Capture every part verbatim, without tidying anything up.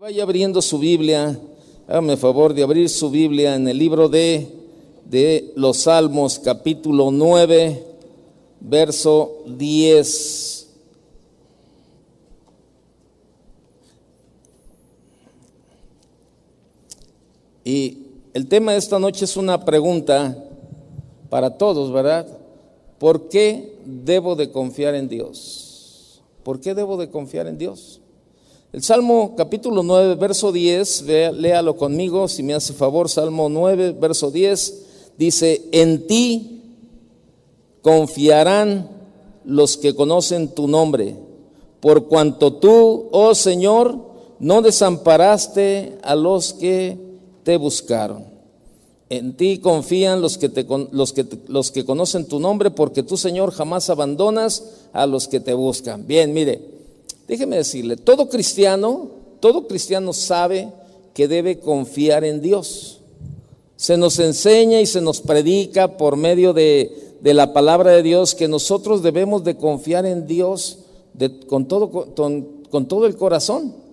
Vaya abriendo su Biblia, hágame favor de abrir su Biblia en el libro de, de los Salmos, capítulo nueve, verso diez. Y el tema de esta noche es una pregunta para todos, ¿verdad? ¿Por qué debo de confiar en Dios? ¿Por qué debo de confiar en Dios? El Salmo capítulo nueve, verso diez, vea, léalo conmigo si me hace favor. Salmo nueve, verso diez, dice: en ti confiarán los que conocen tu nombre, por cuanto tú, oh Señor, no desamparaste a los que te buscaron. En ti confían los que, te, los, que te, los que conocen tu nombre, porque tú, Señor, jamás abandonas a los que te buscan. Bien, mire, déjeme decirle, todo cristiano, todo cristiano sabe que debe confiar en Dios. Se nos enseña y se nos predica por medio de, de la palabra de Dios que nosotros debemos de confiar en Dios de, con, todo, con, con todo el corazón.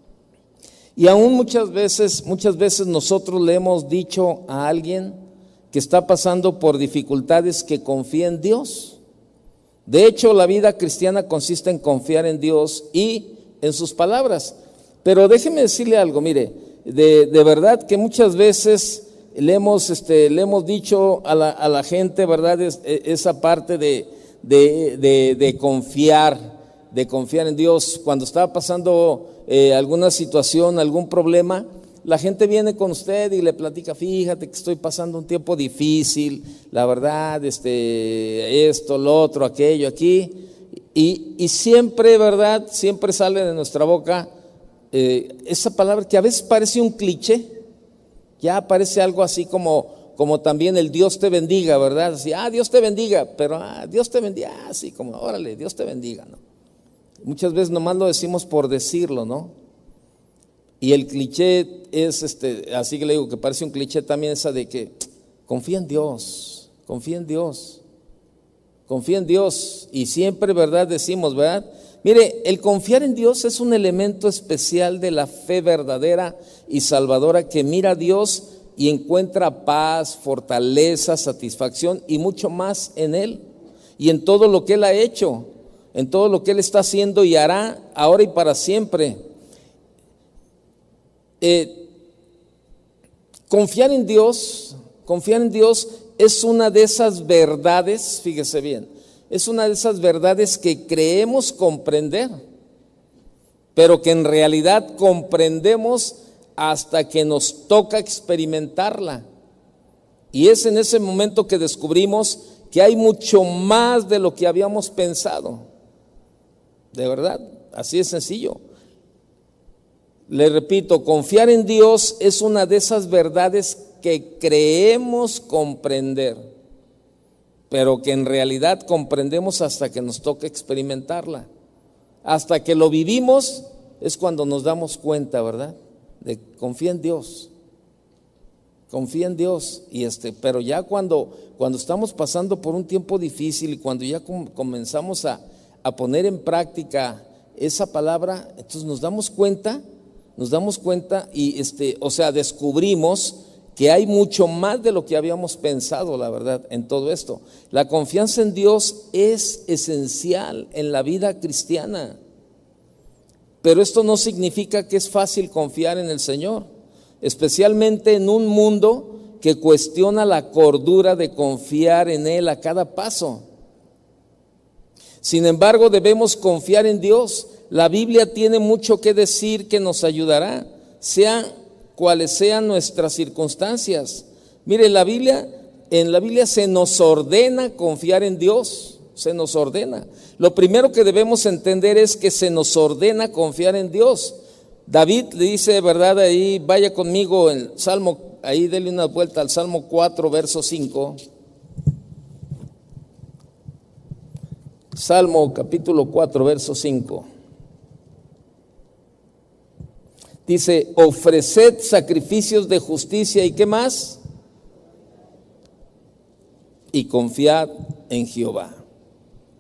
Y aún muchas veces, muchas veces nosotros le hemos dicho a alguien que está pasando por dificultades que confíe en Dios. De hecho, la vida cristiana consiste en confiar en Dios y en sus palabras. Pero déjeme decirle algo, mire, de, de verdad que muchas veces le hemos, este, le hemos dicho a la, a la gente, ¿verdad? Es, esa parte de, de, de, de confiar, de confiar en Dios. Cuando estaba pasando eh, alguna situación, algún problema, la gente viene con usted y le platica: fíjate que estoy pasando un tiempo difícil, la verdad, este, esto, lo otro, aquello, aquí, y, y siempre, ¿verdad? Siempre sale de nuestra boca eh, esa palabra que a veces parece un cliché, ya parece algo así como, como también el Dios te bendiga, ¿verdad? Así, ah, Dios te bendiga, pero ah, Dios te bendiga, así como, órale, Dios te bendiga, ¿no? Muchas veces nomás lo decimos por decirlo, ¿no? Y el cliché es, este, así que le digo que parece un cliché también esa de que confía en Dios, confía en Dios, confía en Dios. Y siempre, ¿verdad? Decimos, ¿verdad? Mire, el confiar en Dios es un elemento especial de la fe verdadera y salvadora que mira a Dios y encuentra paz, fortaleza, satisfacción y mucho más en Él y en todo lo que Él ha hecho, en todo lo que Él está haciendo y hará ahora y para siempre. Eh, confiar en Dios, confiar en Dios es una de esas verdades, fíjese bien, es una de esas verdades que creemos comprender, pero que en realidad comprendemos hasta que nos toca experimentarla. Y es en ese momento que descubrimos que hay mucho más de lo que habíamos pensado. De verdad, así es sencillo. Le repito, confiar en Dios es una de esas verdades que creemos comprender, pero que en realidad comprendemos hasta que nos toca experimentarla. Hasta que lo vivimos es cuando nos damos cuenta, ¿verdad? De confía en Dios, confía en Dios. Y este, pero ya cuando, cuando estamos pasando por un tiempo difícil y cuando ya com- comenzamos a, a poner en práctica esa palabra, entonces nos damos cuenta, nos damos cuenta y este, o sea, descubrimos que hay mucho más de lo que habíamos pensado, la verdad, en todo esto. La confianza en Dios es esencial en la vida cristiana, pero esto no significa que es fácil confiar en el Señor, especialmente en un mundo que cuestiona la cordura de confiar en Él a cada paso. Sin embargo, debemos confiar en Dios. La Biblia tiene mucho que decir que nos ayudará, sea cuales sean nuestras circunstancias. Mire, la Biblia, en la Biblia se nos ordena confiar en Dios, se nos ordena. Lo primero que debemos entender es que se nos ordena confiar en Dios. David le dice, ¿verdad? Ahí, vaya conmigo en Salmo, ahí dele una vuelta al Salmo cuatro, verso cinco. Salmo capítulo cuatro, verso cinco. Dice: ofreced sacrificios de justicia y ¿qué más? Y confiad en Jehová.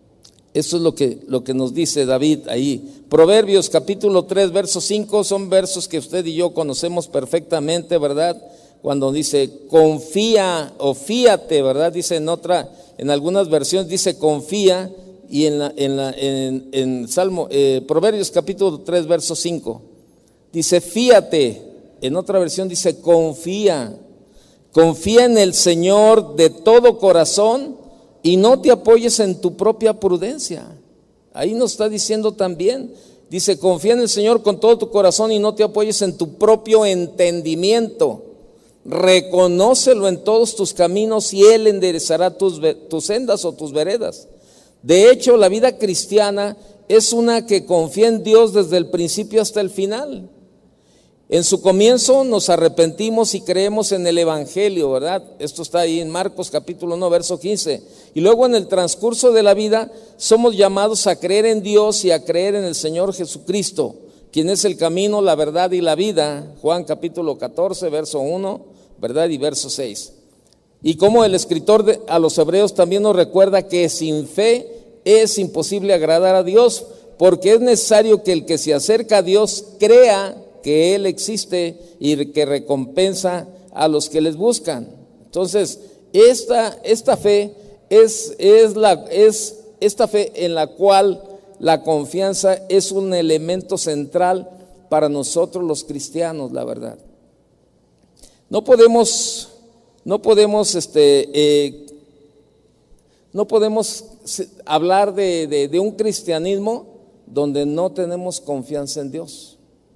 Eso es lo que, lo que nos dice David ahí. Proverbios capítulo tres, verso cinco, son versos que usted y yo conocemos perfectamente, ¿verdad? Cuando dice confía o fíate, ¿verdad? Dice en otra, en algunas versiones dice confía, y en, la, en, la, en, en Salmo, eh, Proverbios capítulo tres, verso cinco, dice fíate. En otra versión dice confía. Confía en el Señor de todo corazón y no te apoyes en tu propia prudencia. Ahí nos está diciendo también, dice confía en el Señor con todo tu corazón y no te apoyes en tu propio entendimiento. Reconócelo en todos tus caminos y Él enderezará tus, tus sendas o tus veredas. De hecho, la vida cristiana es una que confía en Dios desde el principio hasta el final. En su comienzo nos arrepentimos y creemos en el Evangelio, ¿verdad? Esto está ahí en Marcos capítulo uno, verso quince. Y luego en el transcurso de la vida somos llamados a creer en Dios y a creer en el Señor Jesucristo, quien es el camino, la verdad y la vida. Juan capítulo catorce, verso uno, ¿verdad? Y verso seis. Y como el escritor de, a los hebreos también nos recuerda que sin fe es imposible agradar a Dios, porque es necesario que el que se acerca a Dios crea que Él existe y que recompensa a los que les buscan. Entonces, esta, esta fe es, es, la, es esta fe en la cual la confianza es un elemento central para nosotros los cristianos, la verdad. No podemos, no podemos, este, eh, no podemos hablar de, de, de un cristianismo donde no tenemos confianza en Dios.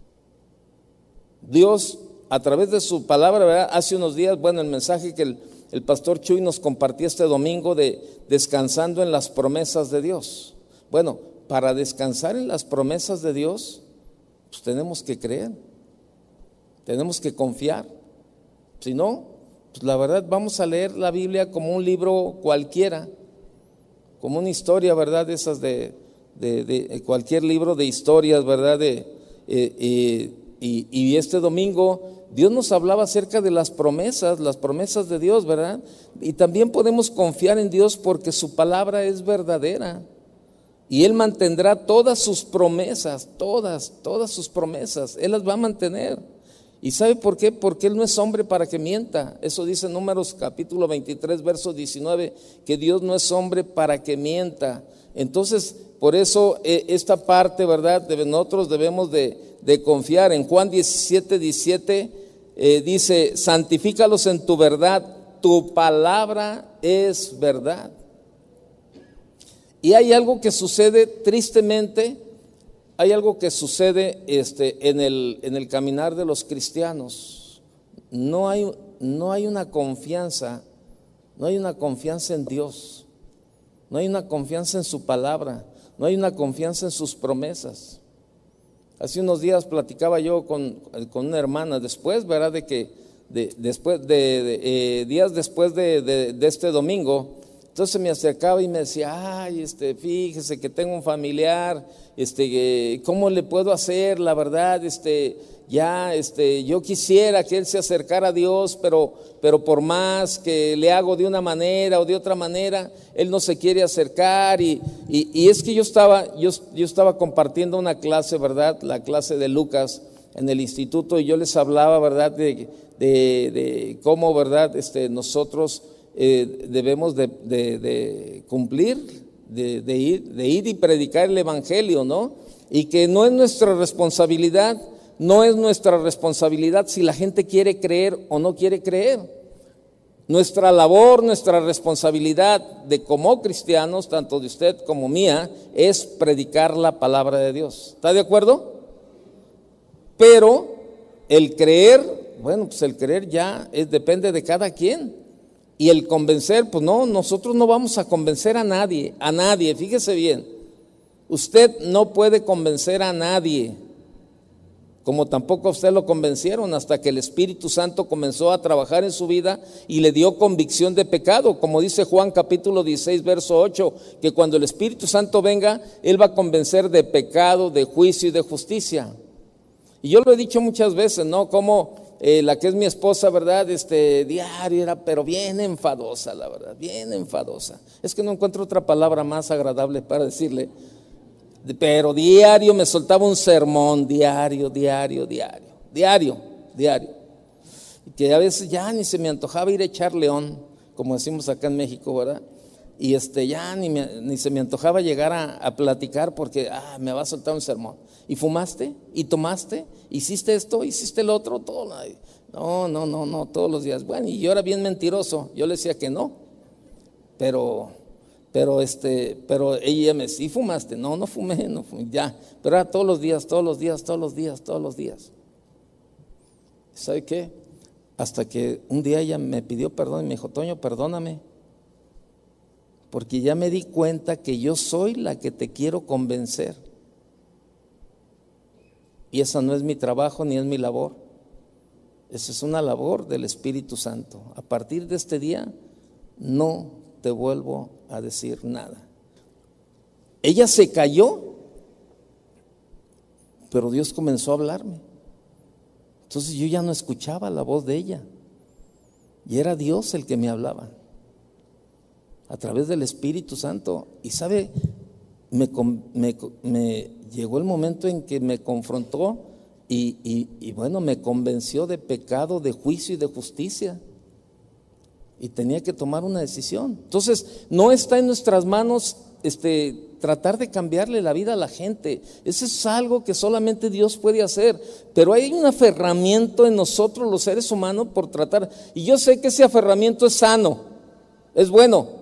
Dios, a través de su palabra, ¿verdad? Hace unos días, bueno, el mensaje que el, el pastor Chuy nos compartió este domingo de descansando en las promesas de Dios. Bueno, para descansar en las promesas de Dios, pues tenemos que creer, tenemos que confiar. Si no, pues la verdad vamos a leer la Biblia como un libro cualquiera, como una historia, ¿verdad? De esas de, de, de cualquier libro de historias, ¿verdad? De, eh, eh, Y, y este domingo Dios nos hablaba acerca de las promesas, las promesas de Dios, ¿verdad? Y también podemos confiar en Dios porque su palabra es verdadera y Él mantendrá todas sus promesas, todas, todas sus promesas, Él las va a mantener. ¿Y sabe por qué? Porque Él no es hombre para que mienta. Eso dice Números capítulo veintitrés, verso diecinueve, que Dios no es hombre para que mienta. Entonces, por eso eh, esta parte, ¿verdad? De nosotros debemos de, de confiar. En Juan diecisiete, diecisiete eh, dice, santifícalos en tu verdad, tu palabra es verdad. Y hay algo que sucede tristemente, hay algo que sucede este, en, el, en el caminar de los cristianos. No hay, no hay una confianza, no hay una confianza en Dios, no hay una confianza en su palabra, no hay una confianza en sus promesas. Hace unos días platicaba yo con, con una hermana, después, ¿verdad? De que de, después de, de eh, días después de, de, de este domingo, entonces me acercaba y me decía, ay, este, fíjese que tengo un familiar, este, eh, ¿cómo le puedo hacer? La verdad, este, ya, este, yo quisiera que él se acercara a Dios, pero, pero por más que le hago de una manera o de otra manera, él no se quiere acercar. Y, y, y es que yo estaba, yo, yo estaba compartiendo una clase, ¿verdad? La clase de Lucas en el instituto, y yo les hablaba, ¿verdad? De, de, de cómo, ¿verdad? Este, nosotros Eh, debemos de, de, de cumplir, de, de, ir, de ir y predicar el Evangelio, ¿no? Y que no es nuestra responsabilidad, no es nuestra responsabilidad si la gente quiere creer o no quiere creer. Nuestra labor, nuestra responsabilidad de como cristianos, tanto de usted como mía, es predicar la palabra de Dios. ¿Está de acuerdo? Pero el creer, bueno, pues el creer ya es, depende de cada quien. Y el convencer, pues no, nosotros no vamos a convencer a nadie, a nadie, fíjese bien, usted no puede convencer a nadie, como tampoco a usted lo convencieron hasta que el Espíritu Santo comenzó a trabajar en su vida y le dio convicción de pecado, como dice Juan capítulo dieciséis, verso ocho, que cuando el Espíritu Santo venga, Él va a convencer de pecado, de juicio y de justicia. Y yo lo he dicho muchas veces, ¿no? Como eh, la que es mi esposa, ¿verdad? Este, diario era, pero bien enfadosa, la verdad, bien enfadosa. Es que no encuentro otra palabra más agradable para decirle, pero diario me soltaba un sermón, diario, diario, diario, diario, diario. Y que a veces ya ni se me antojaba ir a echar león, como decimos acá en México, ¿verdad? Y este, ya ni, me, ni se me antojaba llegar a, a platicar porque ah, me va a soltar un sermón. ¿Y fumaste? ¿Y tomaste? ¿Hiciste esto? ¿Hiciste el otro? Todo. No, no, no, no, todos los días. Bueno, y yo era bien mentiroso. Yo le decía que no. Pero, pero, este, pero ella me decía, ¿y fumaste? No, no fumé, no fumé, ya. Pero era todos los días, todos los días, todos los días, todos los días. ¿Sabe qué? Hasta que un día ella me pidió perdón y me dijo, Toño, perdóname. Porque ya me di cuenta que yo soy la que te quiero convencer. Y esa no es mi trabajo ni es mi labor. Esa es una labor del Espíritu Santo. A partir de este día no te vuelvo a decir nada. Ella se calló, pero Dios comenzó a hablarme. Entonces yo ya no escuchaba la voz de ella. Y era Dios el que me hablaba a través del Espíritu Santo. Y sabe, me, me, me llegó el momento en que me confrontó y, y, y bueno, me convenció de pecado, de juicio y de justicia. Y tenía que tomar una decisión. Entonces, no está en nuestras manos este, tratar de cambiarle la vida a la gente. Eso es algo que solamente Dios puede hacer. Pero hay un aferramiento en nosotros los seres humanos por tratar. Y yo sé que ese aferramiento es sano, es bueno.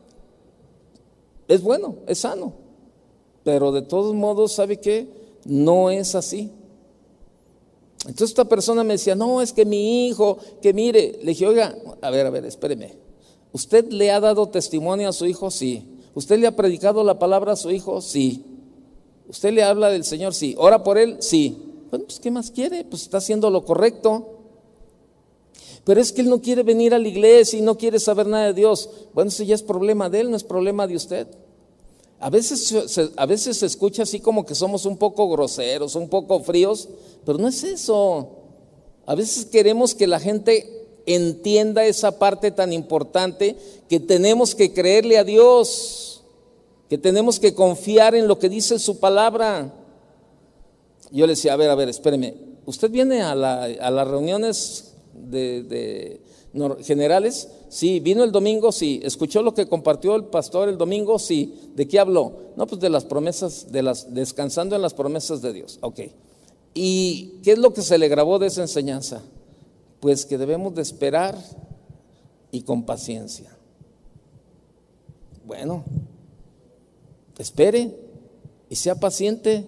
Es bueno, es sano, pero de todos modos, ¿sabe qué? No es así. Entonces esta persona me decía, no, es que mi hijo, que mire, le dije, oiga, a ver, a ver, espéreme, ¿usted le ha dado testimonio a su hijo? Sí. ¿Usted le ha predicado la palabra a su hijo? Sí. ¿Usted le habla del Señor? Sí. ¿Ora por él? Sí. Bueno, pues ¿qué más quiere? Pues está haciendo lo correcto. Pero es que él no quiere venir a la iglesia y no quiere saber nada de Dios. Bueno, eso ya es problema de él, no es problema de usted. A veces se, a veces se escucha así como que somos un poco groseros, un poco fríos, pero no es eso. A veces queremos que la gente entienda esa parte tan importante, que tenemos que creerle a Dios, que tenemos que confiar en lo que dice su palabra. Yo le decía, a ver, a ver, espéreme, ¿usted viene a, la, a las reuniones de, de no, generales? Sí. ¿Vino el domingo? Sí. ¿Escuchó lo que compartió el pastor el domingo? Sí. ¿De qué habló? No, pues de las promesas, de las, descansando en las promesas de Dios. Ok. ¿Y qué es lo que se le grabó de esa enseñanza? Pues que debemos de esperar y con paciencia. Bueno, espere y sea paciente.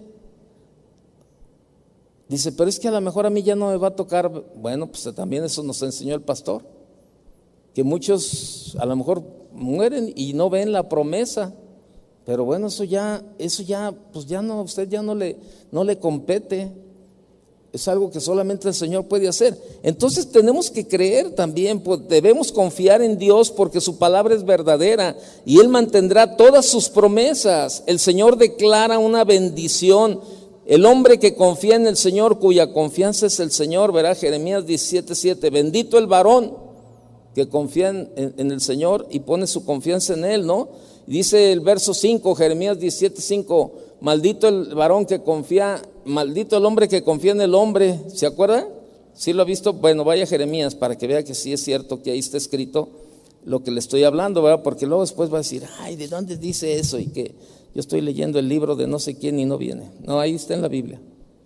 Dice, pero es que a lo mejor a mí ya no me va a tocar. Bueno, pues también eso nos enseñó el pastor, que muchos a lo mejor mueren y no ven la promesa, pero bueno, eso ya, eso ya, pues ya no, usted ya no le, no le compete, es algo que solamente el Señor puede hacer. Entonces tenemos que creer también, pues debemos confiar en Dios porque su palabra es verdadera y Él mantendrá todas sus promesas. El Señor declara una bendición. El hombre que confía en el Señor, cuya confianza es el Señor, verá Jeremías diecisiete siete, bendito el varón que confía en, en, en el Señor y pone su confianza en Él, ¿no? Dice el verso cinco, Jeremías diecisiete cinco, maldito el varón que confía, maldito el hombre que confía en el hombre. ¿Se acuerda? ¿Sí lo ha visto? Bueno, vaya a Jeremías para que vea que sí es cierto que ahí está escrito lo que le estoy hablando, ¿verdad? Porque luego después va a decir, ay, ¿de dónde dice eso? Y que yo estoy leyendo el libro de no sé quién y no viene. No, ahí está en la Biblia.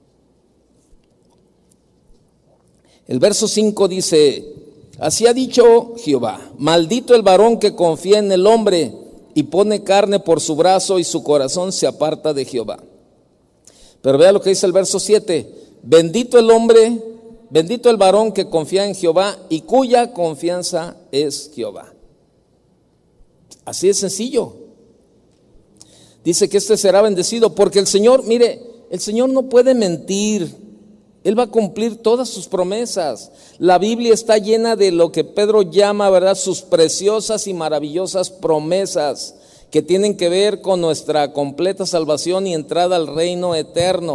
El verso cinco dice, así ha dicho Jehová, maldito el varón que confía en el hombre y pone carne por su brazo y su corazón se aparta de Jehová. Pero vea lo que dice el verso siete, bendito el hombre, bendito el varón que confía en Jehová y cuya confianza es Jehová. Así es sencillo. Dice que este será bendecido porque el Señor, mire, el Señor no puede mentir. Él va a cumplir todas sus promesas. La Biblia está llena de lo que Pedro llama, ¿verdad?, sus preciosas y maravillosas promesas que tienen que ver con nuestra completa salvación y entrada al reino eterno.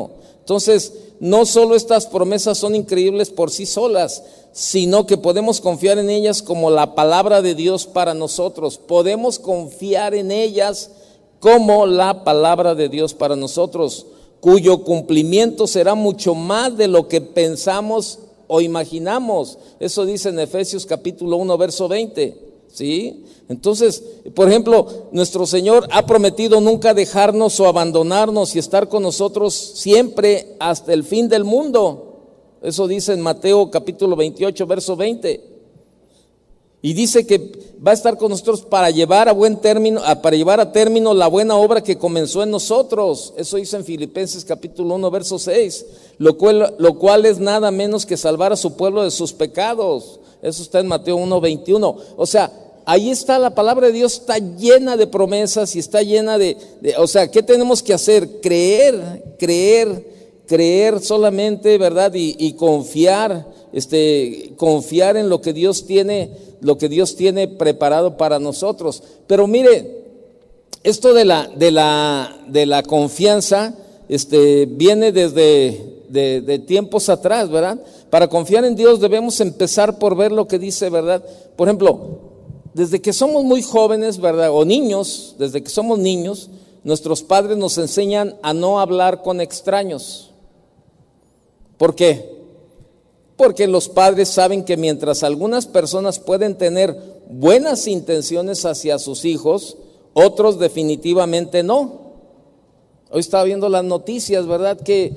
Entonces, no solo estas promesas son increíbles por sí solas, sino que podemos confiar en ellas como la palabra de Dios para nosotros. Podemos confiar en ellas como la palabra de Dios para nosotros, cuyo cumplimiento será mucho más de lo que pensamos o imaginamos. Eso dice en Efesios capítulo uno, verso veinte, ¿sí? Entonces, por ejemplo, nuestro Señor ha prometido nunca dejarnos o abandonarnos y estar con nosotros siempre hasta el fin del mundo. Eso dice en Mateo capítulo veintiocho, verso veinte. Y dice que va a estar con nosotros para llevar a buen término, para llevar a término la buena obra que comenzó en nosotros. Eso dice en Filipenses capítulo uno, verso seis. Lo cual, lo cual es nada menos que salvar a su pueblo de sus pecados. Eso está en Mateo uno, veintiuno. O sea, ahí está la palabra de Dios, está llena de promesas y está llena de, de, o sea, ¿qué tenemos que hacer? Creer, creer, creer solamente, ¿verdad? Y, y confiar, este, confiar en lo que Dios tiene, lo que Dios tiene preparado para nosotros. Pero mire, esto de la, de la, de la confianza, este, viene desde de, de tiempos atrás, ¿verdad? Para confiar en Dios debemos empezar por ver lo que dice, ¿verdad? Por ejemplo, desde que somos muy jóvenes, ¿verdad? O niños, desde que somos niños, nuestros padres nos enseñan a no hablar con extraños. ¿Por qué? Porque los padres saben que mientras algunas personas pueden tener buenas intenciones hacia sus hijos, otros definitivamente no. Hoy estaba viendo las noticias, ¿verdad? Que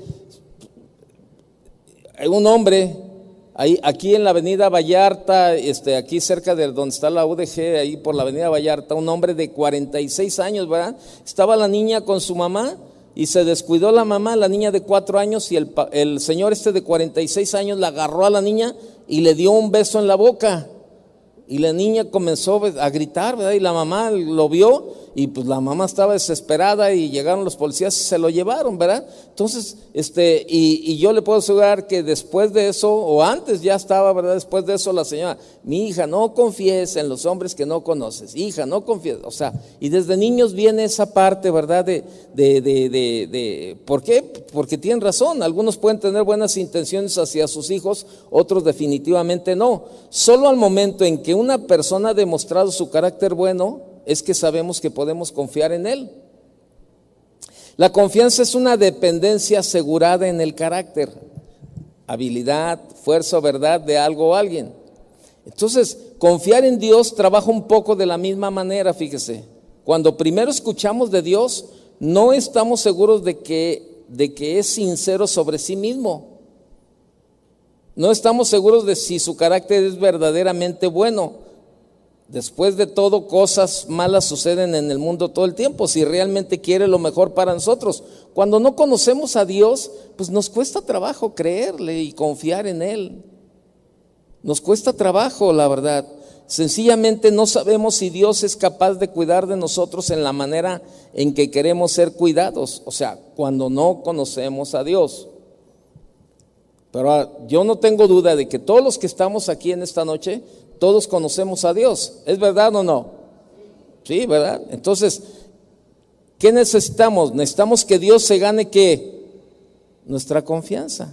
hay un hombre ahí, aquí en la avenida Vallarta, este, aquí cerca de donde está la U D G, ahí por la avenida Vallarta, un hombre de cuarenta y seis años, ¿verdad? Estaba la niña con su mamá y se descuidó la mamá, la niña de cuatro años, y el, el señor este de cuarenta y seis años la agarró a la niña y le dio un beso en la boca. Y la niña comenzó a gritar, ¿verdad? Y la mamá lo vio y pues la mamá estaba desesperada y llegaron los policías y se lo llevaron, ¿verdad? Entonces, este, y, y yo le puedo asegurar que después de eso, o antes ya estaba, ¿verdad? Después de eso la señora, mi hija, no confíes en los hombres que no conoces, hija, no confíes, o sea, y desde niños viene esa parte, ¿verdad? De, de, de, de, de, ¿por qué? Porque tienen razón, algunos pueden tener buenas intenciones hacia sus hijos, otros definitivamente no. Solo al momento en que una persona ha demostrado su carácter bueno, es que sabemos que podemos confiar en él. La confianza es una dependencia asegurada en el carácter, habilidad, fuerza o verdad de algo o alguien. Entonces, confiar en Dios trabaja un poco de la misma manera, fíjese. Cuando primero escuchamos de Dios, no estamos seguros de que, de que es sincero sobre sí mismo. No estamos seguros de si su carácter es verdaderamente bueno. Después de todo, cosas malas suceden en el mundo todo el tiempo, si realmente quiere lo mejor para nosotros. Cuando no conocemos a Dios, pues nos cuesta trabajo creerle y confiar en Él. Nos cuesta trabajo, la verdad. Sencillamente no sabemos si Dios es capaz de cuidar de nosotros en la manera en que queremos ser cuidados. O sea, cuando no conocemos a Dios. Pero yo no tengo duda de que todos los que estamos aquí en esta noche, todos conocemos a Dios. ¿Es verdad o no? Sí, ¿verdad? Entonces, ¿qué necesitamos? Necesitamos que Dios se gane ¿qué? Nuestra confianza.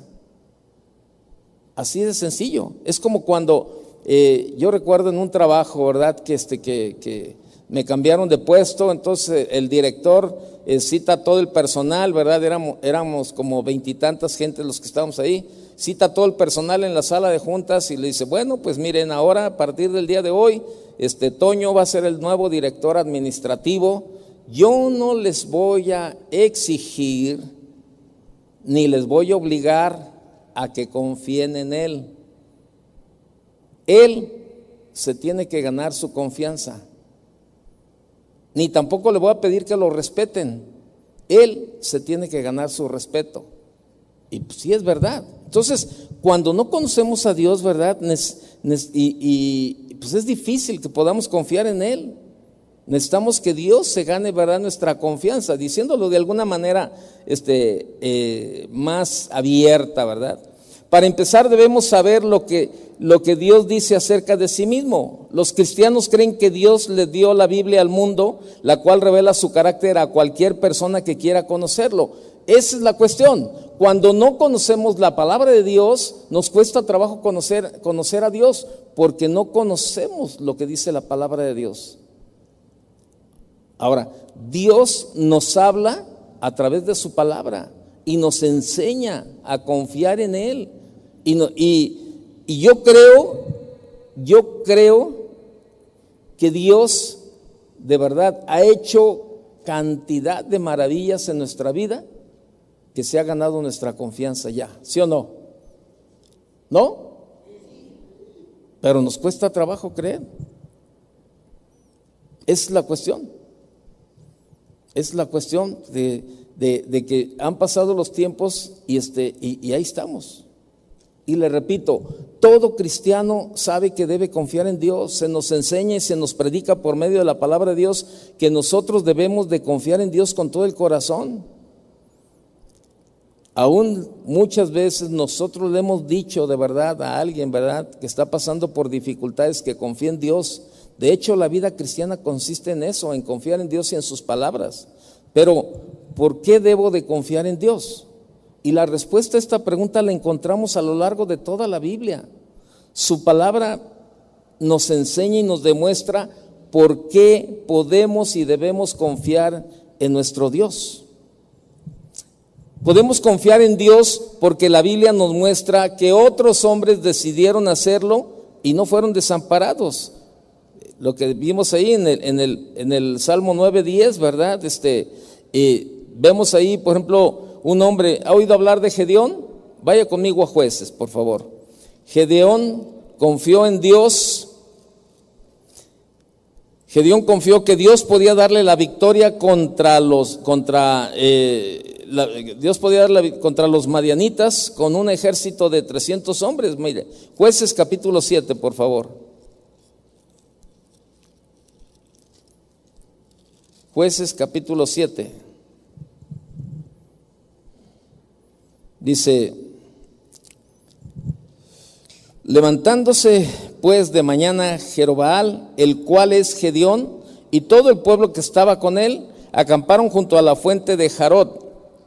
Así de sencillo. Es como cuando eh, yo recuerdo en un trabajo, ¿verdad? Que, este, que, que me cambiaron de puesto, entonces el director eh, cita a todo el personal, ¿verdad? Éramos, éramos como veintitantas gentes los que estábamos ahí. Cita a todo el personal en la sala de juntas y le dice, bueno, pues miren, ahora a partir del día de hoy, este Toño va a ser el nuevo director administrativo. Yo no les voy a exigir ni les voy a obligar a que confíen en él. Él se tiene que ganar su confianza. Ni tampoco le voy a pedir que lo respeten. Él se tiene que ganar su respeto. Y pues sí es verdad. Entonces, cuando no conocemos a Dios, ¿verdad? Nes, nes, y, y pues es difícil que podamos confiar en Él. Necesitamos que Dios se gane, ¿verdad?, nuestra confianza, diciéndolo de alguna manera este, eh, más abierta, ¿verdad? Para empezar debemos saber lo que, lo que Dios dice acerca de sí mismo. Los cristianos creen que Dios le dio la Biblia al mundo, la cual revela su carácter a cualquier persona que quiera conocerlo. esa es la cuestión. Cuando no conocemos la palabra de Dios, nos cuesta trabajo conocer, conocer a Dios, porque no conocemos lo que dice la palabra de Dios. Ahora, Dios nos habla a través de su palabra y nos enseña a confiar en Él. Y, no, y, y yo creo, yo creo que Dios de verdad ha hecho cantidad de maravillas en nuestra vida, que se ha ganado nuestra confianza ya, ¿sí o no? ¿No? Pero nos cuesta trabajo creer. Es la cuestión. Es la cuestión de, de, de que han pasado los tiempos y, este, y, y ahí estamos. Y le repito, todo cristiano sabe que debe confiar en Dios. Se nos enseña y se nos predica por medio de la palabra de Dios que nosotros debemos de confiar en Dios con todo el corazón. Aún muchas veces nosotros le hemos dicho de verdad a alguien, ¿verdad?, que está pasando por dificultades, que confíe en Dios. De hecho, la vida cristiana consiste en eso, en confiar en Dios y en sus palabras. Pero, ¿por qué debo de confiar en Dios? Y la respuesta a esta pregunta la encontramos a lo largo de toda la Biblia. Su palabra nos enseña y nos demuestra por qué podemos y debemos confiar en nuestro Dios. Podemos confiar en Dios porque la Biblia nos muestra que otros hombres decidieron hacerlo y no fueron desamparados. Lo que vimos ahí en el, en el, en el Salmo nueve diez, ¿verdad? Este, eh, vemos ahí, por ejemplo, un hombre, ¿ha oído hablar de Gedeón? Vaya conmigo a Jueces, por favor. Gedeón confió en Dios. Gedeón confió que Dios podía darle la victoria contra los, contra, eh, la, Dios podía darle contra los madianitas con un ejército de trescientos hombres. Mire, Jueces capítulo siete, por favor. Jueces capítulo siete. Dice: levantándose pues de mañana Jerobbaal, el cual es Gedeón, y todo el pueblo que estaba con él, acamparon junto a la fuente de Jarot.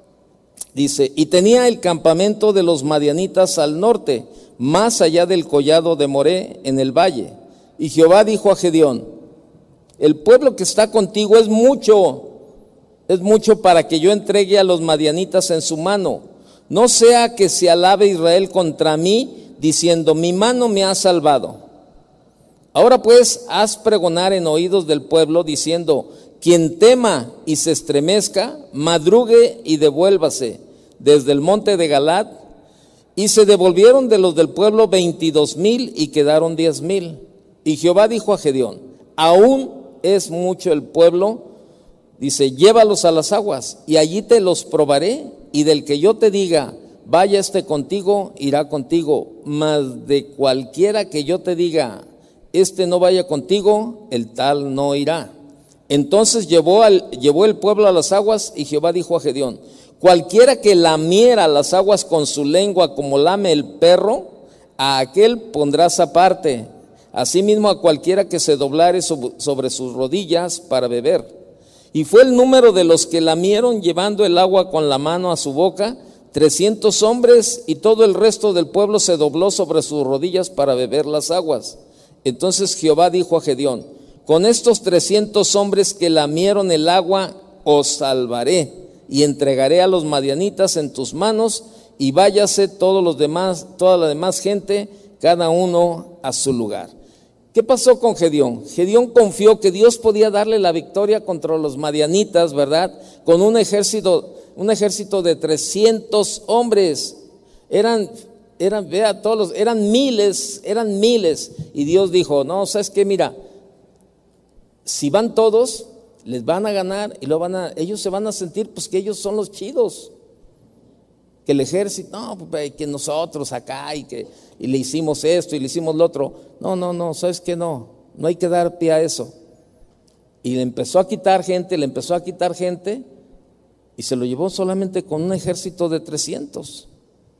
Dice, y tenía el campamento de los madianitas al norte, más allá del collado de Moré, en el valle. Y Jehová dijo a Gedeón: el pueblo que está contigo es mucho, es mucho para que yo entregue a los madianitas en su mano. No sea que se alabe Israel contra mí, diciendo, mi mano me ha salvado. Ahora pues, haz pregonar en oídos del pueblo, diciendo, quien tema y se estremezca, madrugue y devuélvase desde el monte de Galad. Y se devolvieron de los del pueblo veintidós mil y quedaron diez mil. Y Jehová dijo a Gedeón, aún es mucho el pueblo, dice, llévalos a las aguas y allí te los probaré, y del que yo te diga, vaya este contigo, irá contigo, mas de cualquiera que yo te diga, este no vaya contigo, el tal no irá. Entonces llevó, al, llevó el pueblo a las aguas, y Jehová dijo a Gedeón, cualquiera que lamiera las aguas con su lengua como lame el perro, a aquel pondrás aparte. Asimismo a cualquiera que se doblare sobre sus rodillas para beber. Y fue el número de los que lamieron llevando el agua con la mano a su boca, trescientos hombres, y todo el resto del pueblo se dobló sobre sus rodillas para beber las aguas. Entonces Jehová dijo a Gedeón, con estos trescientos hombres que lamieron el agua os salvaré, y entregaré a los madianitas en tus manos, y váyase todos los demás, toda la demás gente, cada uno a su lugar. ¿Qué pasó con Gedeón? Gedeón confió que Dios podía darle la victoria contra los madianitas, ¿verdad? Con un ejército, un ejército de trescientos hombres. Eran, eran, vea, todos los, eran miles, eran miles. Y Dios dijo, no, ¿sabes qué? Mira, si van todos, les van a ganar y lo van a, ellos se van a sentir, pues que ellos son los chidos. Que el ejército, no, pues, que nosotros acá y que y le hicimos esto y le hicimos lo otro. No, no, no, ¿sabes qué? No, no hay que dar pie a eso. Y le empezó a quitar gente, le empezó a quitar gente y se lo llevó solamente con un ejército de trescientos.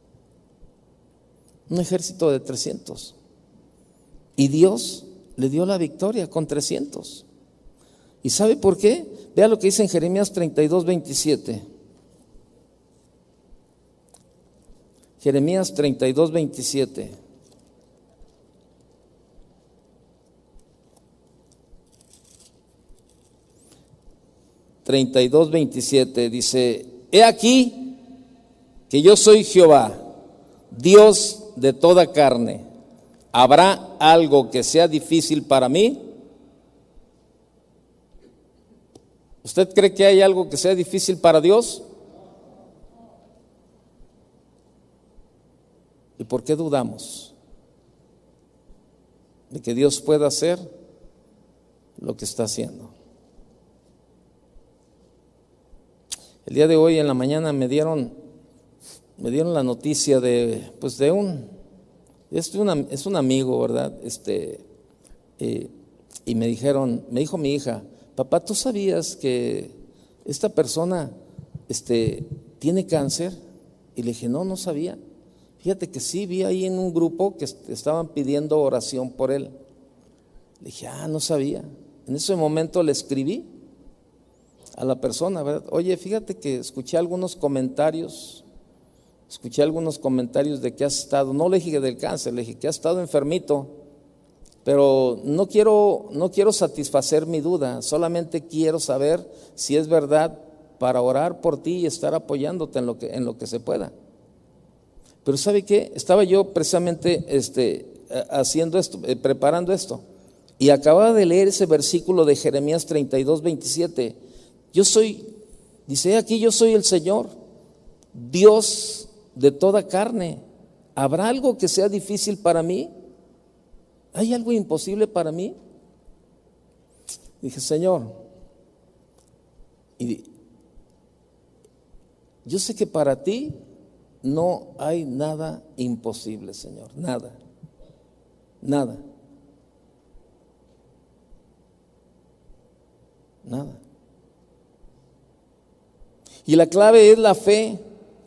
Un ejército de trescientos. Y Dios le dio la victoria con trescientos. ¿Y sabe por qué? Vea lo que dice en Jeremías treinta y dos, veintisiete. Jeremías treinta y dos, veintisiete. treinta y dos, veintisiete dice: he aquí que yo soy Jehová, Dios de toda carne. ¿Habrá algo que sea difícil para mí? ¿Usted cree que hay algo que sea difícil para Dios? ¿Y por qué dudamos de que Dios pueda hacer lo que está haciendo? El día de hoy en la mañana me dieron, me dieron la noticia de, pues de un, es, una, es un amigo, ¿verdad? Este, eh, y me dijeron, me dijo mi hija: papá, ¿tú sabías que esta persona este, tiene cáncer? Y le dije: no, no sabía. Fíjate que sí, vi ahí en un grupo que estaban pidiendo oración por él. Le dije: ah, no sabía. En ese momento le escribí a la persona, ¿verdad? Oye, fíjate que escuché algunos comentarios, escuché algunos comentarios de que has estado, no le dije del cáncer, le dije que has estado enfermito, pero no quiero, no quiero satisfacer mi duda, solamente quiero saber si es verdad para orar por ti y estar apoyándote en lo que, en lo que se pueda. Pero ¿sabe qué? Estaba yo precisamente este, haciendo esto, eh, preparando esto, y acababa de leer ese versículo de Jeremías treinta y dos, veintisiete. Yo soy, dice aquí, yo soy el Señor, Dios de toda carne. ¿Habrá algo que sea difícil para mí? ¿Hay algo imposible para mí? Dije: Señor, y yo sé que para ti no hay nada imposible, Señor, nada, nada, nada. Y la clave es la fe,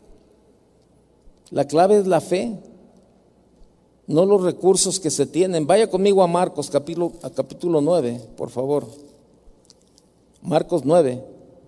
la clave es la fe, no los recursos que se tienen. Vaya conmigo a Marcos capítulo, a capítulo nueve, por favor. Marcos nueve.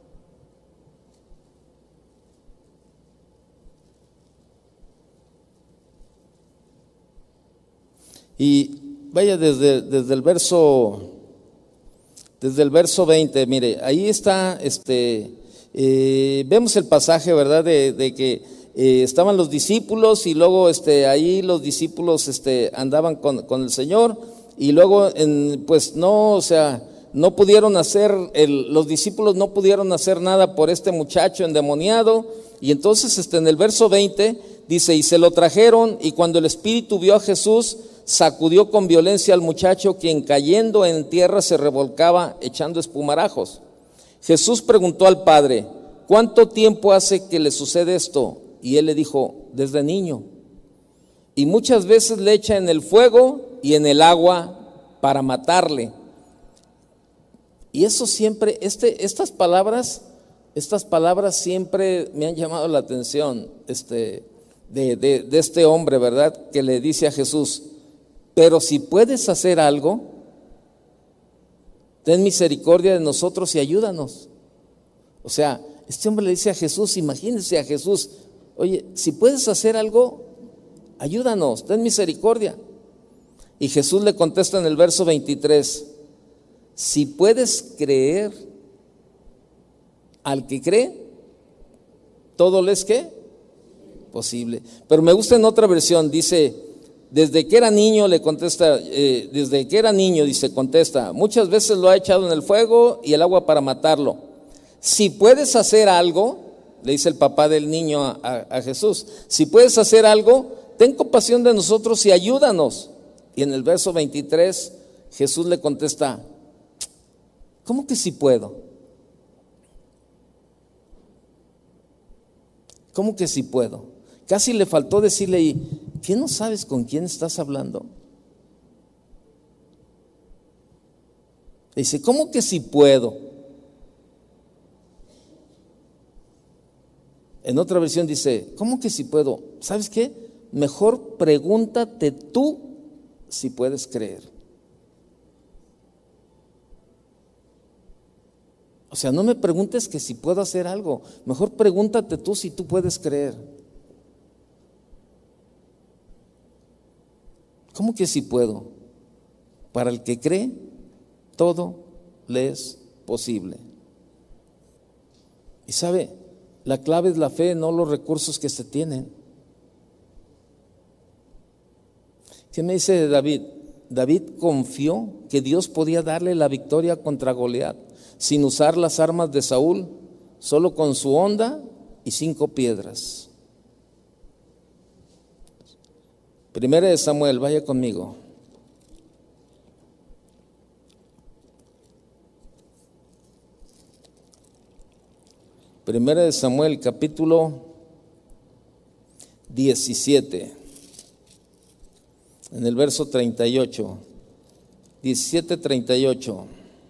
Y vaya desde, desde el verso, desde el verso veinte, mire, ahí está, este, eh, vemos el pasaje, ¿verdad? De, de que eh, estaban los discípulos y luego este, ahí los discípulos este, andaban con, con el Señor y luego, en, pues no, o sea, no pudieron hacer, el, los discípulos no pudieron hacer nada por este muchacho endemoniado. Y entonces este, en el verso veinte dice: y se lo trajeron, y cuando el espíritu vio a Jesús, sacudió con violencia al muchacho, quien cayendo en tierra se revolcaba echando espumarajos. Jesús preguntó al padre: ¿cuánto tiempo hace que le sucede esto? Y él le dijo: desde niño. Y muchas veces le echa en el fuego y en el agua para matarle. Y eso siempre, este, estas palabras, estas palabras siempre me han llamado la atención, este, de, de, de este hombre, ¿verdad? Que le dice a Jesús: pero si puedes hacer algo, ten misericordia de nosotros y ayúdanos. O sea, este hombre le dice a Jesús, imagínense a Jesús: oye, si puedes hacer algo, ayúdanos, ten misericordia. Y Jesús le contesta en el verso veintitrés: si puedes creer, al que cree, todo le es ¿qué? Posible. Pero me gusta en otra versión, dice: desde que era niño, le contesta, eh, desde que era niño, dice, contesta, muchas veces lo ha echado en el fuego y el agua para matarlo. Si puedes hacer algo, le dice el papá del niño a, a, a Jesús, si puedes hacer algo, ten compasión de nosotros y ayúdanos. Y en el verso veintitrés, Jesús le contesta: ¿cómo que sí puedo? ¿Cómo que sí puedo? Casi le faltó decirle: ¿qué no sabes con quién estás hablando? Dice: ¿cómo que sí puedo? En otra versión dice: ¿cómo que sí puedo? ¿Sabes qué? Mejor pregúntate tú si puedes creer. O sea, no me preguntes que si puedo hacer algo, mejor pregúntate tú si tú puedes creer. ¿Cómo que sí puedo? Para el que cree, todo le es posible. Y sabe, la clave es la fe, no los recursos que se tienen. ¿Qué me dice de David? David confió que Dios podía darle la victoria contra Goliat sin usar las armas de Saúl, solo con su honda y cinco piedras. Primera de Samuel, vaya conmigo. Primera de Samuel, capítulo diecisiete, en el verso treinta y ocho. diecisiete, treinta y ocho.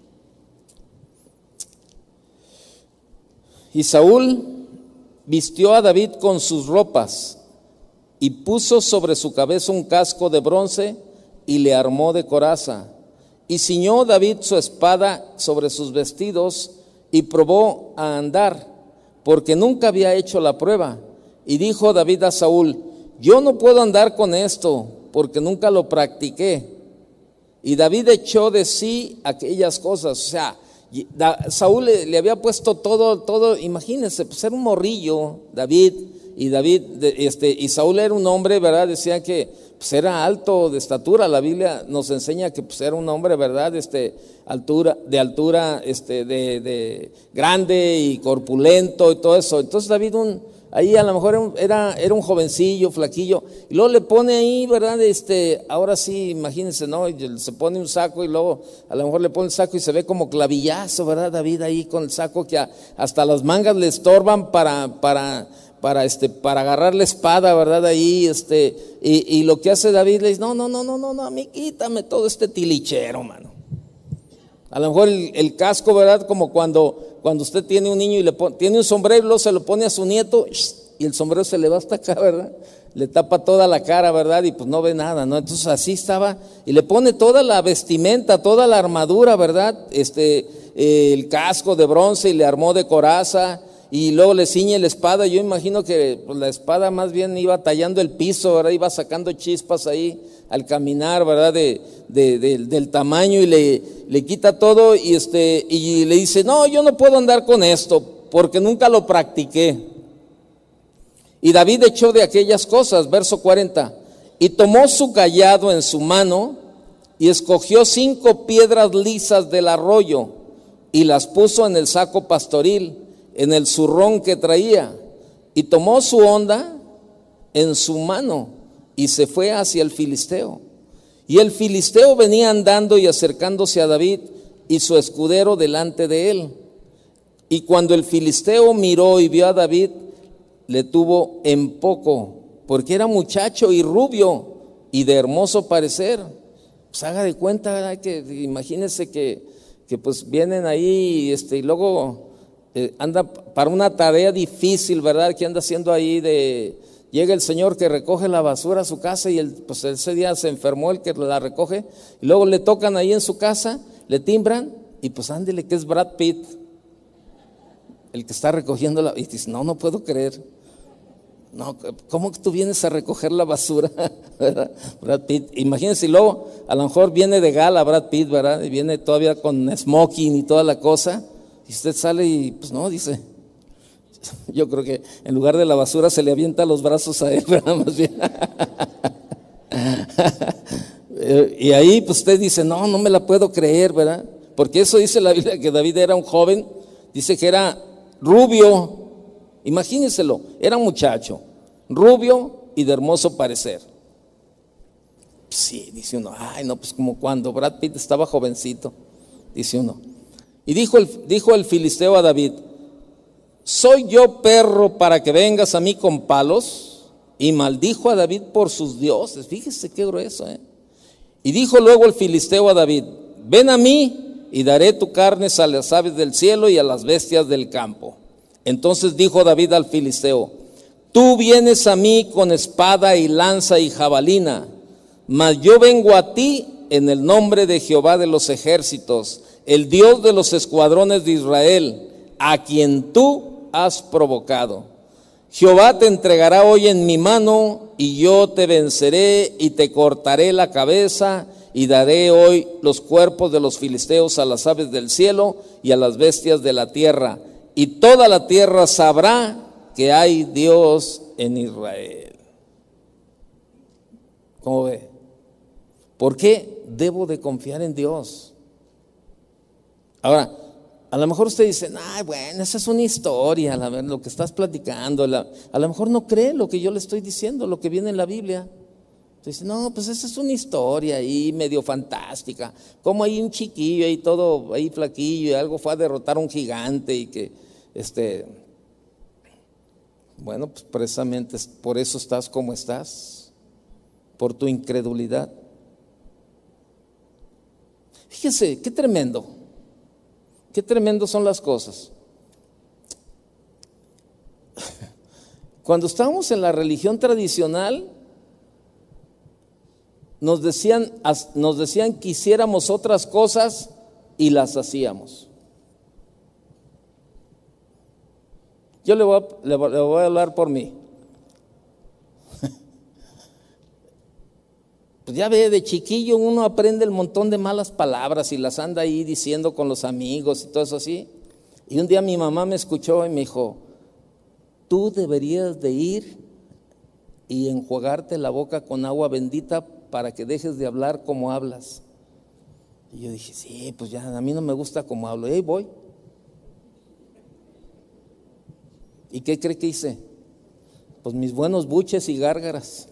Y Saúl vistió a David con sus ropas y puso sobre su cabeza un casco de bronce y le armó de coraza. Y ciñó David su espada sobre sus vestidos y probó a andar, porque nunca había hecho la prueba. Y dijo David a Saúl: yo no puedo andar con esto, porque nunca lo practiqué. Y David echó de sí aquellas cosas. O sea, Saúl le, le había puesto todo, todo, imagínense, pues era un morrillo David, y David, este, y Saúl era un hombre, ¿verdad? Decían que pues era alto de estatura. La Biblia nos enseña que pues era un hombre, ¿verdad? Este, altura, de altura, este, de, de grande y corpulento y todo eso. Entonces David, un, ahí a lo mejor era, era un jovencillo, flaquillo, y luego le pone ahí, ¿verdad? Este, ahora sí, imagínense, ¿no? Y se pone un saco y luego a lo mejor le pone el saco y se ve como clavillazo, ¿verdad? David ahí con el saco que a, hasta las mangas le estorban para, para, para, este, para agarrar la espada, ¿verdad? Ahí, este, y, y lo que hace David le dice: no, no, no, no, no, no, a mí quítame todo este tilichero, mano. A lo mejor el, el casco, ¿verdad? Como cuando, cuando usted tiene un niño y le pone, tiene un sombrero y luego se lo pone a su nieto y el sombrero se le va hasta acá, ¿verdad? Le tapa toda la cara, ¿verdad? Y pues no ve nada, ¿no? Entonces así estaba, y le pone toda la vestimenta, toda la armadura, ¿verdad? Este, eh, el casco de bronce, y le armó de coraza, y luego le ciñe la espada. Yo imagino que pues, la espada más bien iba tallando el piso, ¿verdad? Iba sacando chispas ahí al caminar, ¿verdad? De, de, de, del tamaño, y le, le quita todo, y, este, y le dice: no, yo no puedo andar con esto, porque nunca lo practiqué. Y David echó de aquellas cosas, verso cuarenta, y tomó su cayado en su mano, y escogió cinco piedras lisas del arroyo, y las puso en el saco pastoril, en el zurrón que traía, y tomó su honda en su mano, y se fue hacia el filisteo. Y el filisteo venía andando y acercándose a David, y su escudero delante de él. Y cuando el filisteo miró y vio a David, le tuvo en poco, porque era muchacho y rubio y de hermoso parecer. Pues haga de cuenta, ¿verdad? Que imagínense que, que pues vienen ahí, este, y luego eh, anda para una tarea difícil, ¿verdad? Que anda haciendo ahí de... Llega el señor que recoge la basura a su casa, y el, pues ese día se enfermó el que la recoge, y luego le tocan ahí en su casa, le timbran, y pues ándele que es Brad Pitt el que está recogiendo la... Y dice: no, no puedo creer. No, ¿cómo que tú vienes a recoger la basura? ¿Verdad? Brad Pitt, imagínense, y luego a lo mejor viene de gala Brad Pitt, ¿verdad? Y viene todavía con smoking y toda la cosa, y usted sale y pues no, dice, yo creo que en lugar de la basura se le avienta los brazos a él, ¿verdad? Más bien. Y ahí pues usted dice: no, no me la puedo creer, ¿verdad? Porque eso dice la Biblia, que David era un joven, dice que era rubio. Imagínenselo, era un muchacho, rubio y de hermoso parecer. Sí, dice uno: ay, no, pues como cuando Brad Pitt estaba jovencito, dice uno. Y dijo el, dijo el filisteo a David: ¿soy yo perro para que vengas a mí con palos? Y maldijo a David por sus dioses. Fíjese qué grueso, ¿eh? Y dijo luego el filisteo a David: ven a mí y daré tu carne a las aves del cielo y a las bestias del campo. Entonces dijo David al filisteo: tú vienes a mí con espada y lanza y jabalina, mas yo vengo a ti en el nombre de Jehová de los ejércitos, el Dios de los escuadrones de Israel, a quien tú has provocado. Jehová te entregará hoy en mi mano, y yo te venceré y te cortaré la cabeza, y daré hoy los cuerpos de los filisteos a las aves del cielo y a las bestias de la tierra, y toda la tierra sabrá que hay Dios en Israel. ¿Cómo ve? ¿Por qué debo de confiar en Dios? Ahora, a lo mejor usted dice, ay, bueno, esa es una historia, la, lo que estás platicando. La, a lo mejor no cree lo que yo le estoy diciendo, lo que viene en la Biblia. Dice, no, pues esa es una historia ahí medio fantástica. Como hay un chiquillo ahí todo ahí flaquillo y algo fue a derrotar a un gigante y que, este, bueno, pues precisamente por eso estás como estás, por tu incredulidad. Fíjese, qué tremendo. Qué tremendo son las cosas. Cuando estábamos en la religión tradicional, nos decían, nos decían que hiciéramos otras cosas y las hacíamos. Yo le voy a, le voy, le voy a hablar por mí. Pues ya ve, de chiquillo uno aprende el montón de malas palabras y las anda ahí diciendo con los amigos y todo eso así. Y un día mi mamá me escuchó y me dijo, tú deberías de ir y enjuagarte la boca con agua bendita para que dejes de hablar como hablas. Y yo dije, sí, pues ya, a mí no me gusta como hablo. Y ahí voy. ¿Y qué cree que hice? Pues mis buenos buches y gárgaras.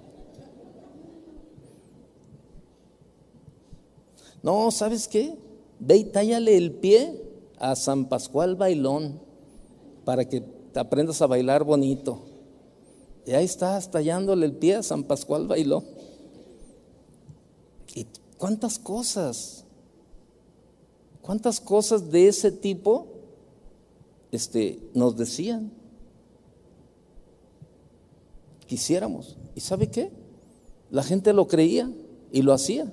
No, ¿sabes qué? Ve y tállale el pie a San Pascual Bailón para que te aprendas a bailar bonito. Y ahí estás tallándole el pie a San Pascual Bailón. ¿Y cuántas cosas? ¿Cuántas cosas de ese tipo este, nos decían? Quisiéramos. ¿Y sabe qué? La gente lo creía y lo hacía.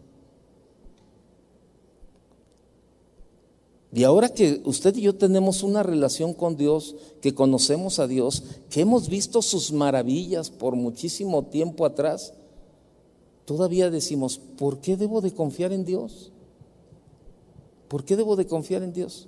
Y ahora que usted y yo tenemos una relación con Dios, que conocemos a Dios, que hemos visto sus maravillas por muchísimo tiempo atrás, todavía decimos, ¿por qué debo de confiar en Dios? ¿Por qué debo de confiar en Dios?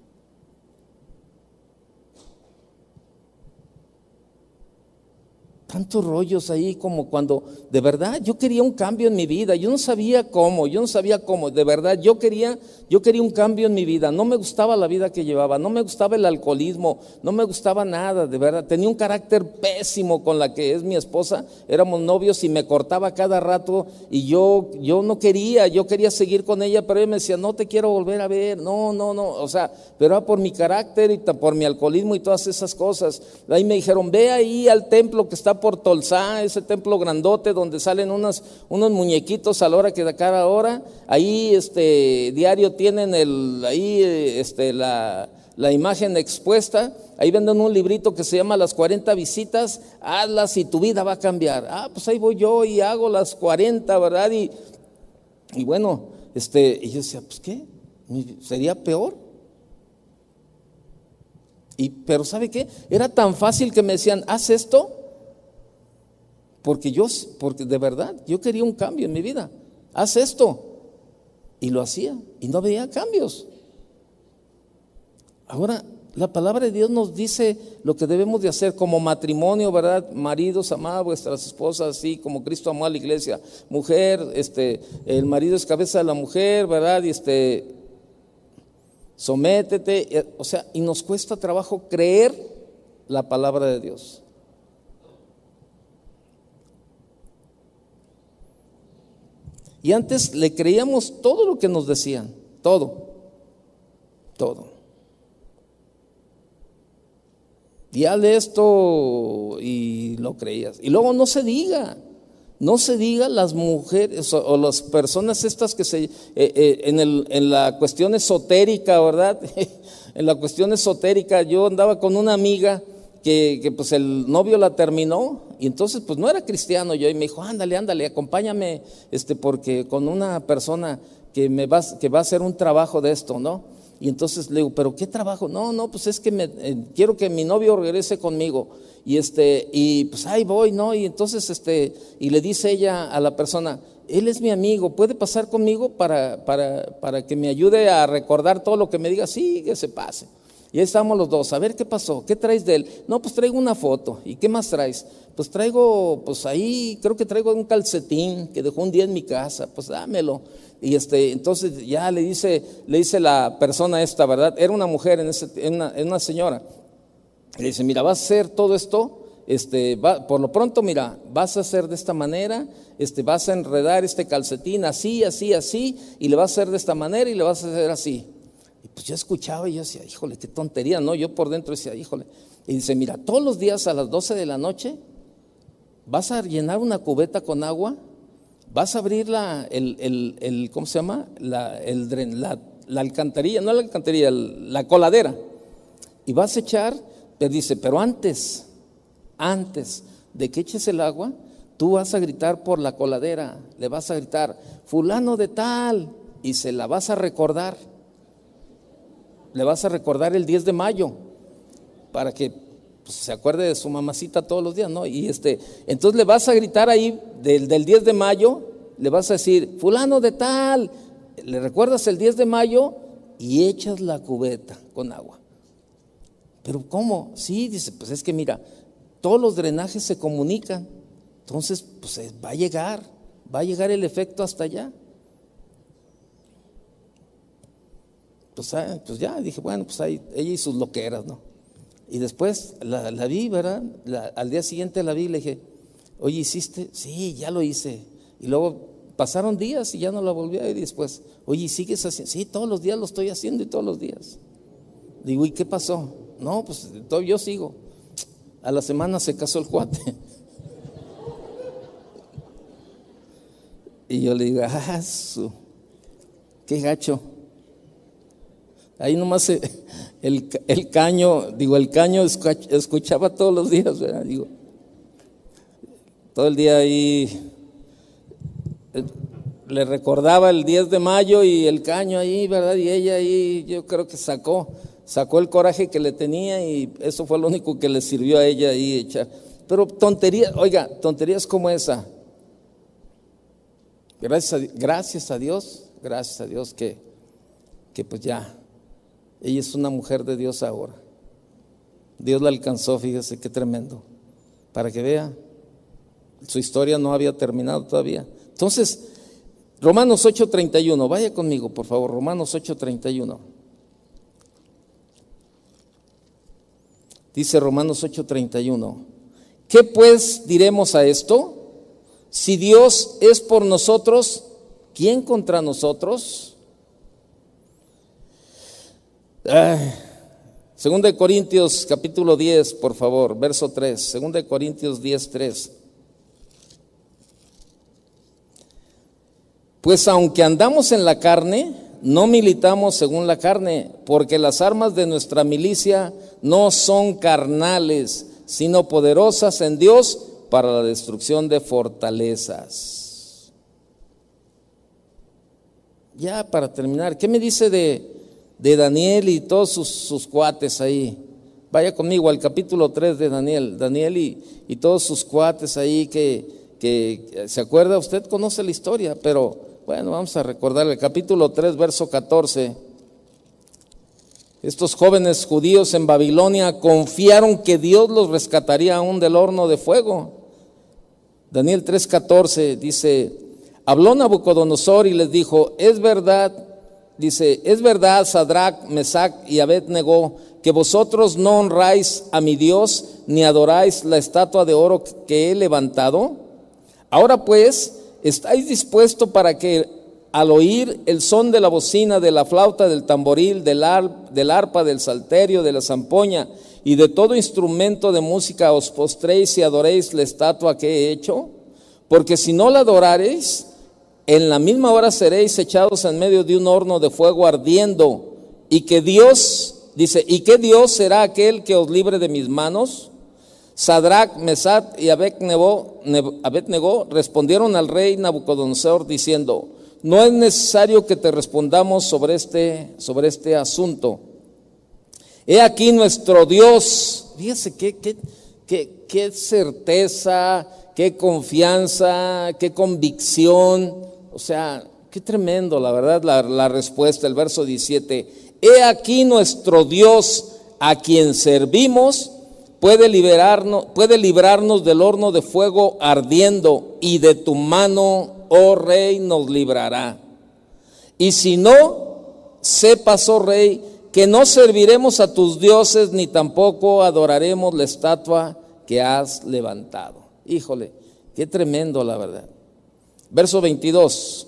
Tantos rollos ahí como cuando de verdad yo quería un cambio en mi vida, yo no sabía cómo, yo no sabía cómo, de verdad yo quería, yo quería un cambio en mi vida, no me gustaba la vida que llevaba, no me gustaba el alcoholismo, no me gustaba nada, de verdad, tenía un carácter pésimo con la que es mi esposa, éramos novios y me cortaba cada rato y yo, yo no quería, yo quería seguir con ella, pero ella me decía, no te quiero volver a ver, no, no, no, o sea, pero era por mi carácter y por mi alcoholismo y todas esas cosas. Ahí me dijeron, ve ahí al templo que está por Tolsá, ese templo grandote donde salen unas, unos muñequitos a la hora que de cada hora, ahí este diario tienen el, ahí este, la, la imagen expuesta, ahí venden un librito que se llama Las cuarenta visitas, hazlas y tu vida va a cambiar. Ah, pues ahí voy yo y hago las cuarenta, ¿verdad? Y, y bueno, este, y yo decía, pues ¿qué? ¿Sería peor? Y, pero ¿sabe qué? Era tan fácil que me decían, haz esto. Porque yo, porque de verdad, yo quería un cambio en mi vida. Haz esto. Y lo hacía. Y no veía cambios. Ahora, la palabra de Dios nos dice lo que debemos de hacer como matrimonio, ¿verdad? Maridos, amad a vuestras esposas, así como Cristo amó a la iglesia. Mujer, este, el marido es cabeza de la mujer, ¿verdad? Y este, sométete. O sea, y nos cuesta trabajo creer la palabra de Dios. Y antes le creíamos todo lo que nos decían, todo, todo. Y hazle esto y lo creías. Y luego no se diga, no se diga las mujeres o, o las personas estas que se, eh, eh, en, el, en la cuestión esotérica, ¿verdad? En la cuestión esotérica yo andaba con una amiga que, que pues el novio la terminó y entonces pues no era cristiano yo y me dijo, ándale, ándale, acompáñame este, porque con una persona que, me va, que va a hacer un trabajo de esto, ¿no? Y entonces le digo, ¿pero qué trabajo? No, no, pues es que me, eh, quiero que mi novio regrese conmigo. Y este, y pues ahí voy, ¿no? Y entonces este, y le dice ella a la persona, él es mi amigo, ¿puede pasar conmigo para, para, para que me ayude a recordar todo lo que me diga? Sí, que se pase. Y ahí estamos los dos, a ver qué pasó, qué traes de él. No, pues traigo una foto. ¿Y qué más traes? Pues traigo, pues ahí, creo que traigo un calcetín que dejó un día en mi casa, pues dámelo. Y este, entonces ya le dice, le dice la persona esta, ¿verdad? Era una mujer, en ese, en una, en una señora. Le dice, mira, vas a hacer todo esto, este, va, por lo pronto, mira, vas a hacer de esta manera, este, vas a enredar este calcetín así, así, así, y le vas a hacer de esta manera y le vas a hacer así. Y pues yo escuchaba y yo decía, híjole, qué tontería, ¿no? Yo por dentro decía, híjole. Y dice, mira, todos los días a las doce de la noche vas a llenar una cubeta con agua, vas a abrir la, el, el, el ¿cómo se llama? La, el dren, la, la alcantarilla, no la alcantarilla, la coladera. Y vas a echar, pero dice, pero antes, antes de que eches el agua, tú vas a gritar por la coladera, le vas a gritar, fulano de tal, y se la vas a recordar. Le vas a recordar el diez de mayo para que pues, se acuerde de su mamacita todos los días, ¿no? Y este, entonces le vas a gritar ahí del, del diez de mayo, le vas a decir, fulano de tal, le recuerdas el diez de mayo y echas la cubeta con agua. Pero ¿cómo? Sí, dice, pues es que mira, todos los drenajes se comunican, entonces pues va a llegar, va a llegar el efecto hasta allá. Pues, pues ya, dije, bueno, pues ahí, ella y sus loqueras, ¿no? Y después la, la vi, ¿verdad? La, al día siguiente la vi y le dije, oye, ¿hiciste? Sí, ya lo hice. Y luego pasaron días y ya no la volví a ver. Y después, oye, ¿sigues haciendo? Sí, todos los días lo estoy haciendo y todos los días. Digo, ¿y qué pasó? No, pues todo, yo sigo. A la semana se casó el cuate. Y yo le digo, ah, su, qué gacho. Ahí nomás el, el caño, digo, el caño escuchaba todos los días, ¿verdad? Digo, todo el día ahí le recordaba el diez de mayo y el caño ahí, ¿verdad? Y ella ahí, yo creo que sacó, sacó el coraje que le tenía y eso fue lo único que le sirvió a ella ahí echar. Pero tonterías, oiga, tonterías como esa. Gracias a, gracias a Dios, gracias a Dios que, que pues ya. Ella es una mujer de Dios ahora. Dios la alcanzó, fíjese qué tremendo. Para que vea, su historia no había terminado todavía. Entonces, Romanos ocho treinta y uno, vaya conmigo por favor, Romanos ocho treinta y uno. Dice Romanos ocho treinta y uno, ¿qué pues diremos a esto? Si Dios es por nosotros, ¿quién contra nosotros? Ay, Segunda de Corintios capítulo diez, por favor, verso tres. Segunda de Corintios diez, tres. Pues aunque andamos en la carne, no militamos según la carne, porque las armas de nuestra milicia no son carnales, sino poderosas en Dios para la destrucción de fortalezas. Ya para terminar, ¿qué me dice de de Daniel y todos sus, sus cuates ahí? Vaya conmigo al capítulo tres de Daniel, Daniel y, y todos sus cuates ahí que, que, ¿se acuerda? Usted conoce la historia, pero bueno, vamos a recordar el capítulo tres, verso catorce. Estos jóvenes judíos en Babilonia confiaron que Dios los rescataría aún del horno de fuego. Daniel tres, catorce dice, habló Nabucodonosor y les dijo, es verdad, dice, es verdad, Sadrach, Mesach y Abed-Negó, que vosotros no honráis a mi Dios, ni adoráis la estatua de oro que he levantado. Ahora pues, ¿estáis dispuestos para que al oír el son de la bocina, de la flauta, del tamboril, del, ar, del arpa, del salterio, de la zampoña y de todo instrumento de música os postréis y adoréis la estatua que he hecho? Porque si no la adorareis, en la misma hora seréis echados en medio de un horno de fuego ardiendo, y que Dios, dice, ¿y qué Dios será aquel que os libre de mis manos? Sadrach, Mesach y Abed-Negó, Abed-Negó respondieron al rey Nabucodonosor diciendo, no es necesario que te respondamos sobre este, sobre este asunto. He aquí nuestro Dios. Fíjese qué, qué, qué, qué certeza, qué confianza, qué convicción. O sea, qué tremendo, la verdad, la, la respuesta, el verso diecisiete. He aquí nuestro Dios, a quien servimos, puede liberarnos, puede librarnos del horno de fuego ardiendo, y de tu mano, oh rey, nos librará. Y si no, sepas, oh rey, que no serviremos a tus dioses, ni tampoco adoraremos la estatua que has levantado. Híjole, qué tremendo, la verdad. Verso veintidós.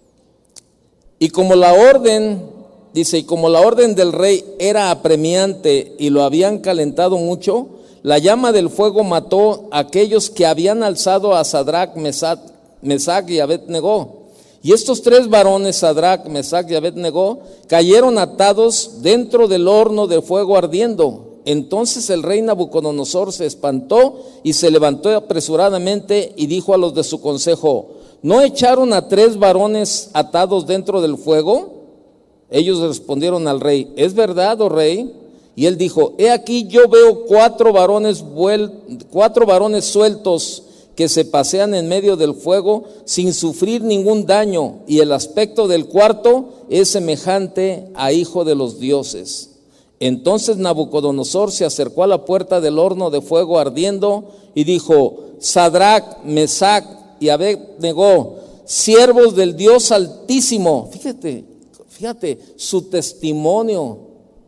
Y como la orden Dice, y como la orden del rey era apremiante y lo habían calentado mucho, la llama del fuego mató a aquellos que habían alzado a Sadrach, Mesach, Mesach y Abed-Negó. Y estos tres varones, Sadrach, Mesach y Abed-Negó, cayeron atados dentro del horno de fuego ardiendo. Entonces el rey Nabucodonosor se espantó y se levantó apresuradamente y dijo a los de su consejo: ¿no echaron a tres varones atados dentro del fuego? Ellos respondieron al rey: ¿es verdad, oh rey? Y él dijo: he aquí yo veo cuatro varones, vuel, cuatro varones sueltos que se pasean en medio del fuego sin sufrir ningún daño, y el aspecto del cuarto es semejante a hijo de los dioses. Entonces Nabucodonosor se acercó a la puerta del horno de fuego ardiendo y dijo: Sadrach, Mesach y Abed-Negó, siervos del Dios Altísimo. Fíjate, fíjate, su testimonio.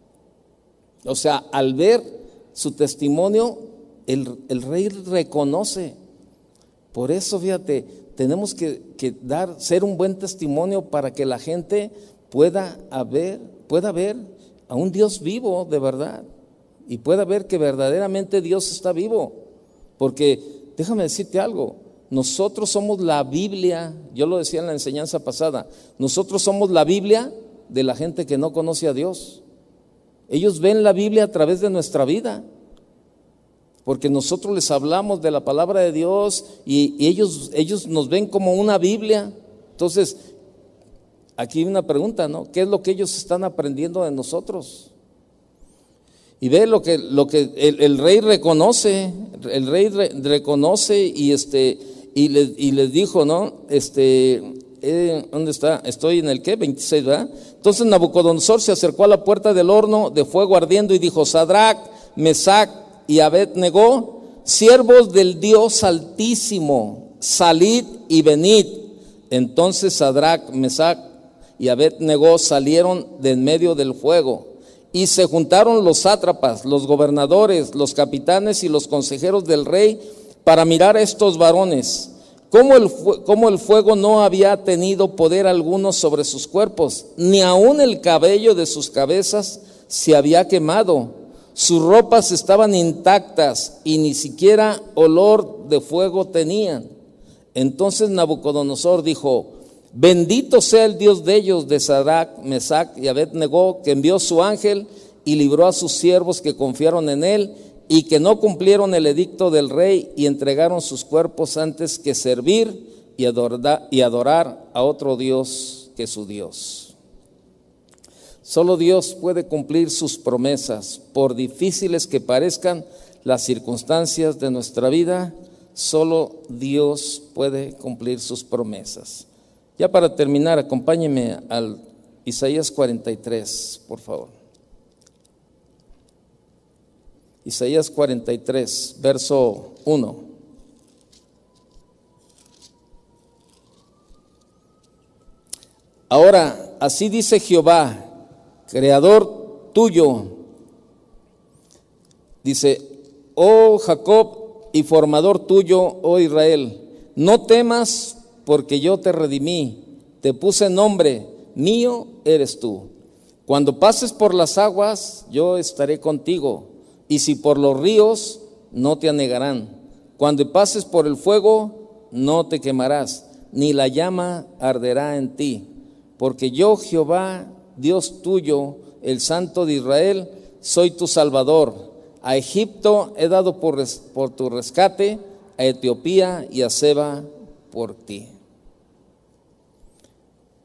O sea, al ver su testimonio, el, el rey reconoce. Por eso, fíjate, tenemos que, que dar, ser un buen testimonio para que la gente pueda haber, pueda ver a un Dios vivo de verdad, y pueda ver que verdaderamente Dios está vivo. Porque déjame decirte algo, nosotros somos la Biblia. Yo lo decía en la enseñanza pasada, nosotros somos la Biblia de la gente que no conoce a Dios. Ellos ven la Biblia a través de nuestra vida, porque nosotros les hablamos de la palabra de Dios y, y ellos, ellos nos ven como una Biblia. Entonces, aquí hay una pregunta, ¿no? ¿Qué es lo que ellos están aprendiendo de nosotros? Y ve lo que, lo que el, el rey reconoce, el rey re, reconoce y este y les, y les dijo, ¿no? Este, eh, ¿dónde está? Estoy en el ¿qué? veintiséis, ¿verdad? Entonces Nabucodonosor se acercó a la puerta del horno de fuego ardiendo y dijo: Sadrach, Mesach y Abed-Negó, siervos del Dios Altísimo, salid y venid. Entonces Sadrach, Mesach y Abed-Negó salieron de en medio del fuego, y se juntaron los sátrapas, los gobernadores, los capitanes y los consejeros del rey para mirar a estos varones. Como el, como el fuego no había tenido poder alguno sobre sus cuerpos, ni aun el cabello de sus cabezas se había quemado. Sus ropas estaban intactas y ni siquiera olor de fuego tenían. Entonces Nabucodonosor dijo: bendito sea el Dios de ellos, de Sadrach, Mesach y Abed-Negó, que envió su ángel y libró a sus siervos que confiaron en él y que no cumplieron el edicto del rey y entregaron sus cuerpos antes que servir y adorar, y adorar a otro Dios que su Dios. Solo Dios puede cumplir sus promesas, por difíciles que parezcan las circunstancias de nuestra vida. Solo Dios puede cumplir sus promesas. Ya para terminar, acompáñeme al Isaías cuarenta y tres, por favor. Isaías cuarenta y tres, verso uno. Ahora, así dice Jehová, creador tuyo, dice: oh Jacob, y formador tuyo, oh Israel, no temas, porque yo te redimí, te puse nombre, mío eres tú. Cuando pases por las aguas, yo estaré contigo, y si por los ríos, no te anegarán. Cuando pases por el fuego, no te quemarás, ni la llama arderá en ti. Porque yo, Jehová, Dios tuyo, el Santo de Israel, soy tu Salvador. A Egipto he dado por, res, por tu rescate, a Etiopía y a Seba por ti.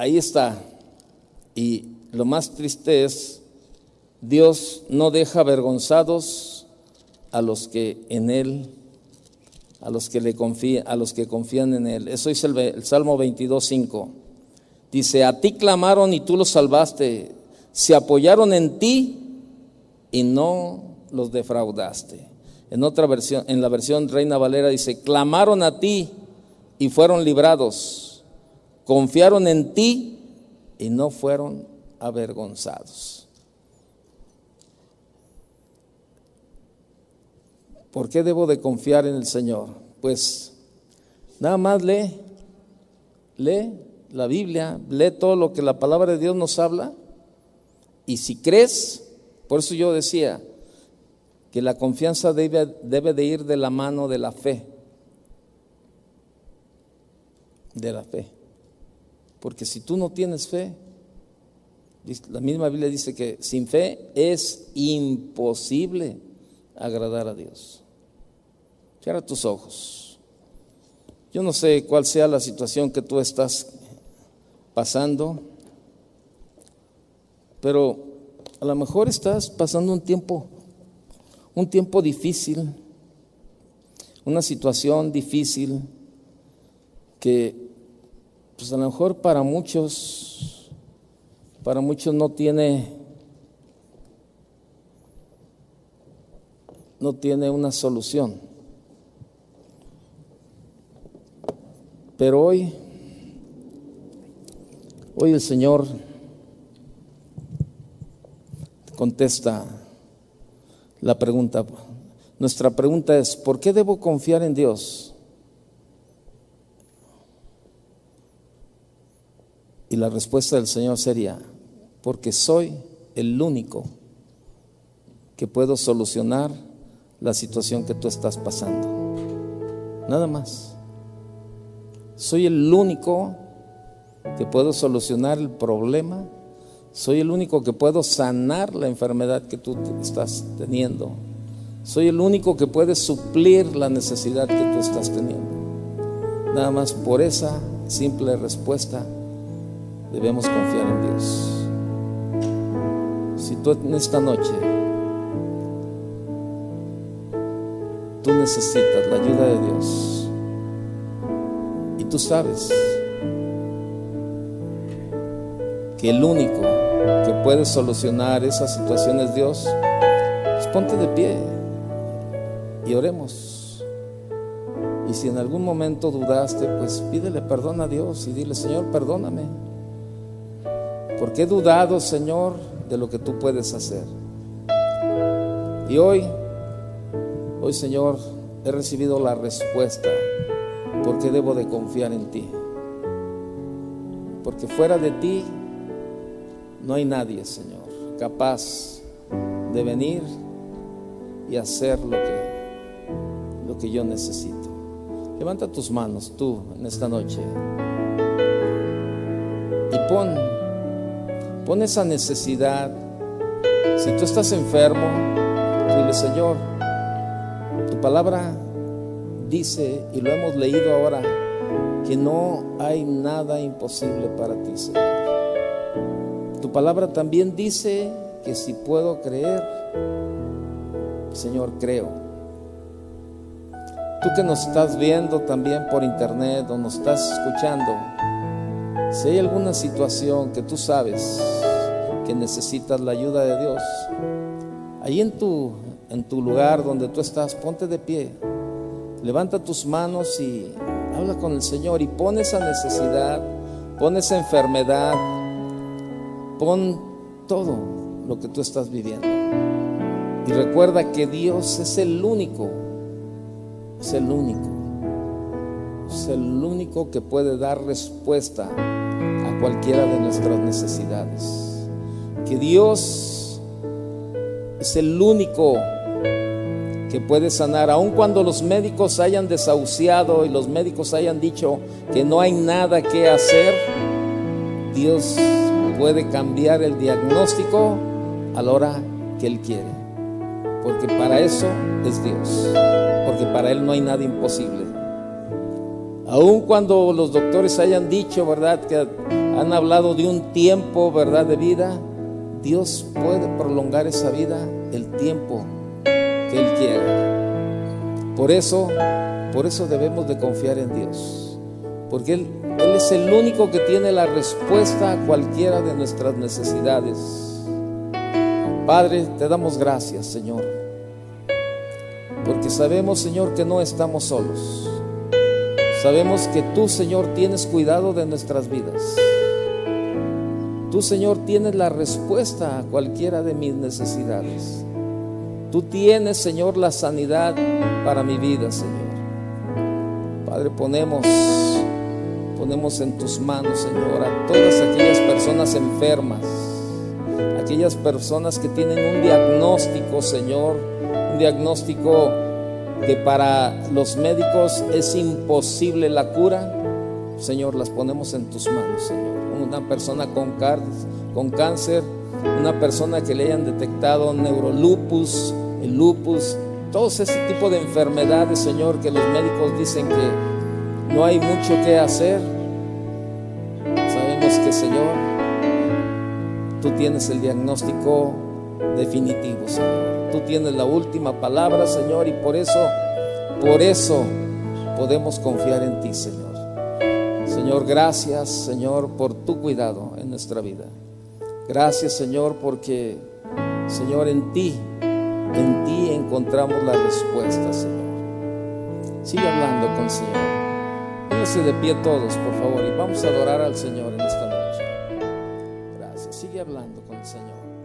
ahí está. Y lo más triste es, Dios no deja avergonzados a los que en Él, a los que le confían, a los que confían en Él. Eso dice el, el Salmo veintidós, cinco. Dice: a ti clamaron y tú los salvaste, se apoyaron en ti y no los defraudaste. En otra versión, en la versión Reina Valera dice: clamaron a ti y fueron librados, confiaron en ti y no fueron avergonzados. ¿Por qué debo de confiar en el Señor? Pues nada más lee, lee la Biblia, lee todo lo que la palabra de Dios nos habla, y si crees, por eso yo decía que la confianza debe, debe de ir de la mano de la fe, de la fe, porque si tú no tienes fe, la misma Biblia dice que sin fe es imposible agradar a Dios. Cierra tus ojos. Yo no sé cuál sea la situación que tú estás pasando, pero a lo mejor estás pasando un tiempo, un tiempo difícil, una situación difícil que, pues a lo mejor para muchos, para muchos no tiene, no tiene una solución. Pero hoy, hoy el Señor contesta la pregunta. Nuestra pregunta es: ¿por qué debo confiar en Dios? Y la respuesta del Señor sería: porque soy el único que puedo solucionar la situación que tú estás pasando. Nada más. Soy el único que puedo solucionar el problema. Soy el único que puedo sanar la enfermedad que tú estás teniendo. Soy el único que puede suplir la necesidad que tú estás teniendo. Nada más por esa simple respuesta debemos confiar en Dios. Si tú en esta noche tú necesitas la ayuda de Dios y tú sabes que el único que puede solucionar esa situación es Dios, pues ponte de pie y oremos. Y si en algún momento dudaste, pues pídele perdón a Dios y dile: Señor, perdóname, porque he dudado, Señor, de lo que tú puedes hacer. Y hoy, hoy, Señor, he recibido la respuesta. Porque debo de confiar en ti, porque fuera de ti no hay nadie, Señor, capaz de venir y hacer lo que, lo que yo necesito. Levanta tus manos tú en esta noche y pon, pon esa necesidad. Si tú estás enfermo, dile: Señor, tu palabra dice, y lo hemos leído ahora, que no hay nada imposible para ti, Señor. Tu palabra también dice que si puedo creer, Señor, creo. Tú que nos estás viendo también por internet o nos estás escuchando, si hay alguna situación que tú sabes que necesitas la ayuda de Dios, ahí en tu, en tu lugar donde tú estás, ponte de pie. Levanta tus manos y habla con el Señor y pon esa necesidad, pon esa enfermedad, pon todo lo que tú estás viviendo. Y recuerda que Dios es el único, es el único, es el único que puede dar respuesta a cualquiera de nuestras necesidades. Que Dios es el único que puede sanar, aun cuando los médicos hayan desahuciado y los médicos hayan dicho que no hay nada que hacer. Dios puede cambiar el diagnóstico a la hora que Él quiere, porque para eso es Dios, porque para Él no hay nada imposible. Aun cuando los doctores hayan dicho, ¿verdad?, que han hablado de un tiempo, ¿verdad?, de vida, Dios puede prolongar esa vida el tiempo que Él quiera. Por eso, por eso debemos de confiar en Dios, porque Él, Él es el único que tiene la respuesta a cualquiera de nuestras necesidades. Padre, te damos gracias, Señor, porque sabemos, Señor, que no estamos solos. Sabemos que tú, Señor, tienes cuidado de nuestras vidas. Tú, Señor, tienes la respuesta a cualquiera de mis necesidades. Tú tienes, Señor, la sanidad para mi vida, Señor. Padre, ponemos, ponemos en tus manos, Señor, a todas aquellas personas enfermas, aquellas personas que tienen un diagnóstico, Señor, un diagnóstico que para los médicos es imposible la cura. Señor, las ponemos en tus manos, Señor. Una persona con, car con cáncer, una persona que le hayan detectado neurolupus, el lupus, todos ese tipo de enfermedades, Señor, que los médicos dicen que no hay mucho que hacer. Sabemos que, Señor, tú tienes el diagnóstico definitivo, Señor. Tú tienes la última palabra, Señor, y por eso, por eso podemos confiar en ti, Señor. Señor, gracias, Señor, por tu cuidado en nuestra vida. Gracias, Señor, porque, Señor, en ti, en ti encontramos la respuesta, Señor. Sigue hablando con el Señor. Pónganse de pie todos, por favor, y vamos a adorar al Señor en esta noche. Gracias. Sigue hablando con el Señor.